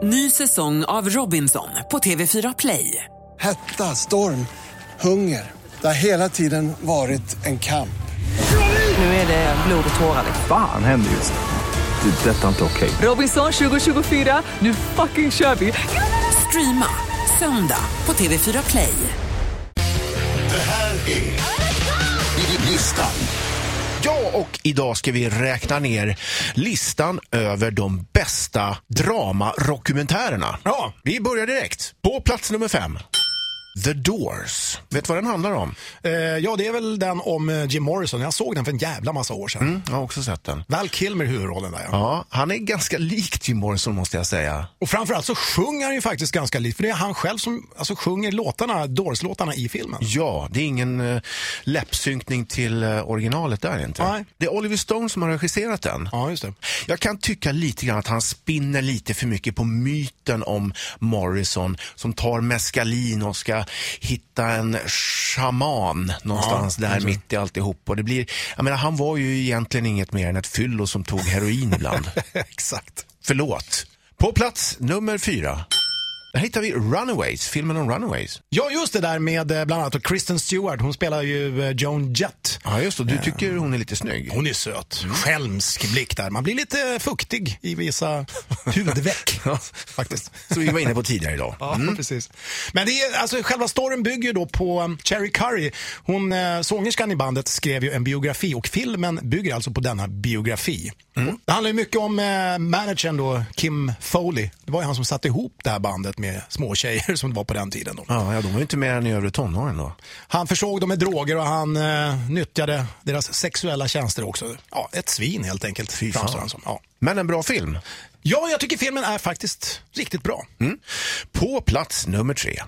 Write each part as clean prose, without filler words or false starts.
Ny säsong av Robinson på TV4 Play. Hetta, storm, hunger. Det har hela tiden varit en kamp. Nu är det blod och tårar. Fan händer just nu. Det. Detta är inte okej. Robinson 2024, nu fucking kör vi. Streama söndag på TV4 Play. Det här är listan. Ja, och idag ska vi räkna ner listan över de bästa dramadokumentärerna. Ja, vi börjar direkt. På plats nummer 5. The Doors. Vet du vad den handlar om? Ja, det är väl den om Jim Morrison. Jag såg den för en jävla massa år sedan. Jag har också sett den. Val Kilmer huvudrollen där. Ja, han är ganska lik Jim Morrison måste jag säga. Och framförallt så sjunger han ju faktiskt ganska likt. För det är han själv som sjunger Doors-låtarna i filmen. Ja, det är ingen läppsynkning till originalet där inte. Nej. Det är Oliver Stone som har regisserat den. Ja, just det. Jag kan tycka lite grann att han spinner lite för mycket på myten om Morrison som tar meskalin och ska hitta en shaman någonstans där mitt i alltihop. Och det blir, jag menar, han var ju egentligen inget mer än ett fyllo som tog heroin ibland. Exakt. Förlåt. På plats nummer 4. Där hittar vi Runaways, filmen om Runaways. Ja, just det där med bland annat Kristen Stewart. Hon spelar ju Joan Jett. Ja, just det. Du tycker hon är lite snygg. Hon är söt. Skälmsk blick där. Man blir lite fuktig i vissa hudveck. Faktiskt. Så vi var inne på tidigare idag. Ja, precis. Men det är, alltså, själva storyn bygger ju då på Cherry Curry. Hon, sångerskan i bandet, skrev ju en biografi. Och filmen bygger alltså på denna biografi. Det handlar ju mycket om managern då, Kim Foley. Det var ju han som satte ihop det här bandet med små tjejer som det var på den tiden då. Ja, de var ju inte mer än i övre tonåren då. Han försåg dem med droger och han nyttjade deras sexuella tjänster också. Ja, ett svin helt enkelt. Fy fan. Ja. Men en bra film. Ja, jag tycker filmen är faktiskt riktigt bra. På plats nummer 3.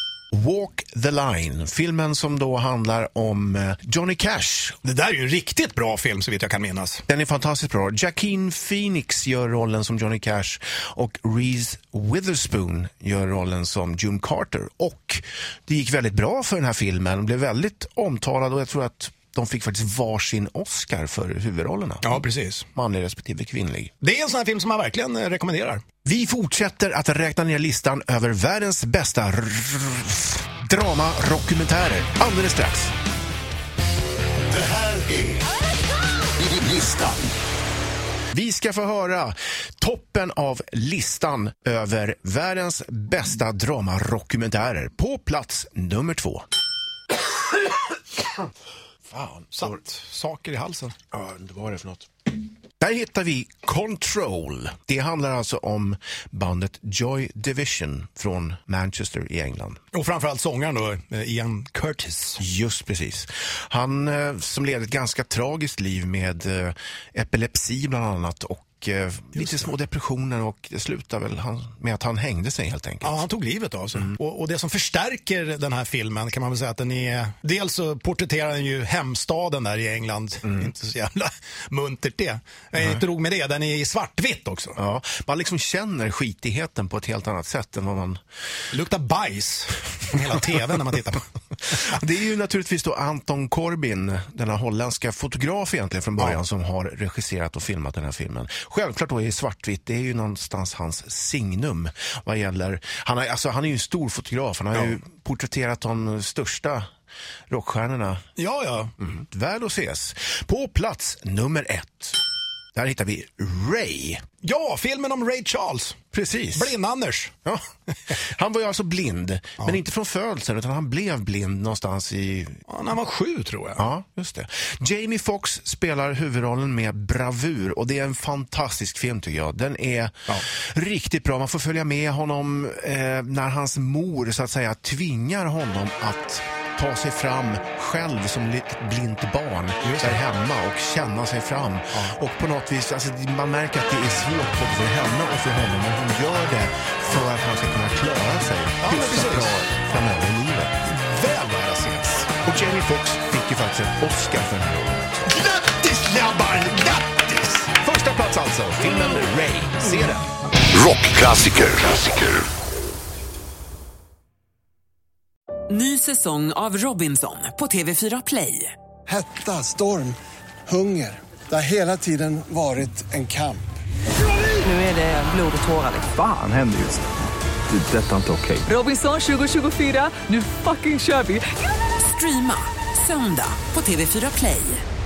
Walk the Line, filmen som då handlar om Johnny Cash. Det där är ju en riktigt bra film så vitt jag kan minnas. Den är fantastiskt bra. Joaquin Phoenix gör rollen som Johnny Cash och Reese Witherspoon gör rollen som June Carter. Och det gick väldigt bra för den här filmen. Den blev väldigt omtalad och jag tror att de fick faktiskt varsin Oscar för huvudrollerna. Ja, precis. Manlig respektive kvinnlig. Det är en sån här film som man verkligen rekommenderar. Vi fortsätter att räkna ner listan över världens bästa drama-dokumentärer alldeles strax. Det här är listan. Vi ska få höra toppen av listan över världens bästa drama-dokumentärer på plats nummer 2. Fan, satt saker i halsen. Ja, det var det för något. Där hittar vi Control. Det handlar alltså om bandet Joy Division från Manchester i England. Och framförallt sångaren då, Ian Curtis. Just precis. Han som levde ett ganska tragiskt liv med epilepsi bland annat och lite små depressioner och det slutar väl med att han hängde sig helt enkelt. Ja, han tog livet av sig. Och det som förstärker den här filmen kan man väl säga att den är... Dels så porträtterar den ju hemstaden där i England. Inte så jävla muntert det. Inte nog med det, den är i svartvitt också. Ja, man liksom känner skitigheten på ett helt annat sätt än vad man... Luktar bajs från hela tvn när man tittar på. Det är ju naturligtvis då Anton Corbijn, denna holländska fotograf egentligen från början, som har regisserat och filmat den här filmen. Självklart då är svartvitt, det är ju någonstans hans signum vad gäller, han är ju en stor fotograf, han har ju porträtterat de största rockstjärnorna. Ja. Värd att ses. På plats nummer 1. Där hittar vi Ray. Ja, filmen om Ray Charles. Precis. Blind-Anders. Ja. Han var ju alltså blind, men inte från födseln utan han blev blind någonstans i... Ja, när han var 7 tror jag. Ja, just det. Jamie Foxx spelar huvudrollen med bravur och det är en fantastisk film tycker jag. Den är riktigt bra. Man får följa med honom när hans mor så att säga tvingar honom att ta sig fram själv som ett blint barn där hemma och känna sig fram. Och på något vis, alltså, man märker att det är svårt både för henne och för honom, men hon gör det för att han ska kunna klara sig hyfsat bra framöver i livet. Väl nära ses. Och Jamie Foxx fick ju faktiskt en Oscar för den här rollen. Grattis, grabbar! Grattis! Första plats alltså, filmen Ray. Se den. Rockklassiker. Ny säsong av Robinson på TV4 Play. Hetta, storm, hunger. Det har hela tiden varit en kamp. Nu är det blod och tårar. Fan händer just det. Detta är inte okej. Robinson 2024, nu fucking kör vi! Streama söndag på TV4 Play.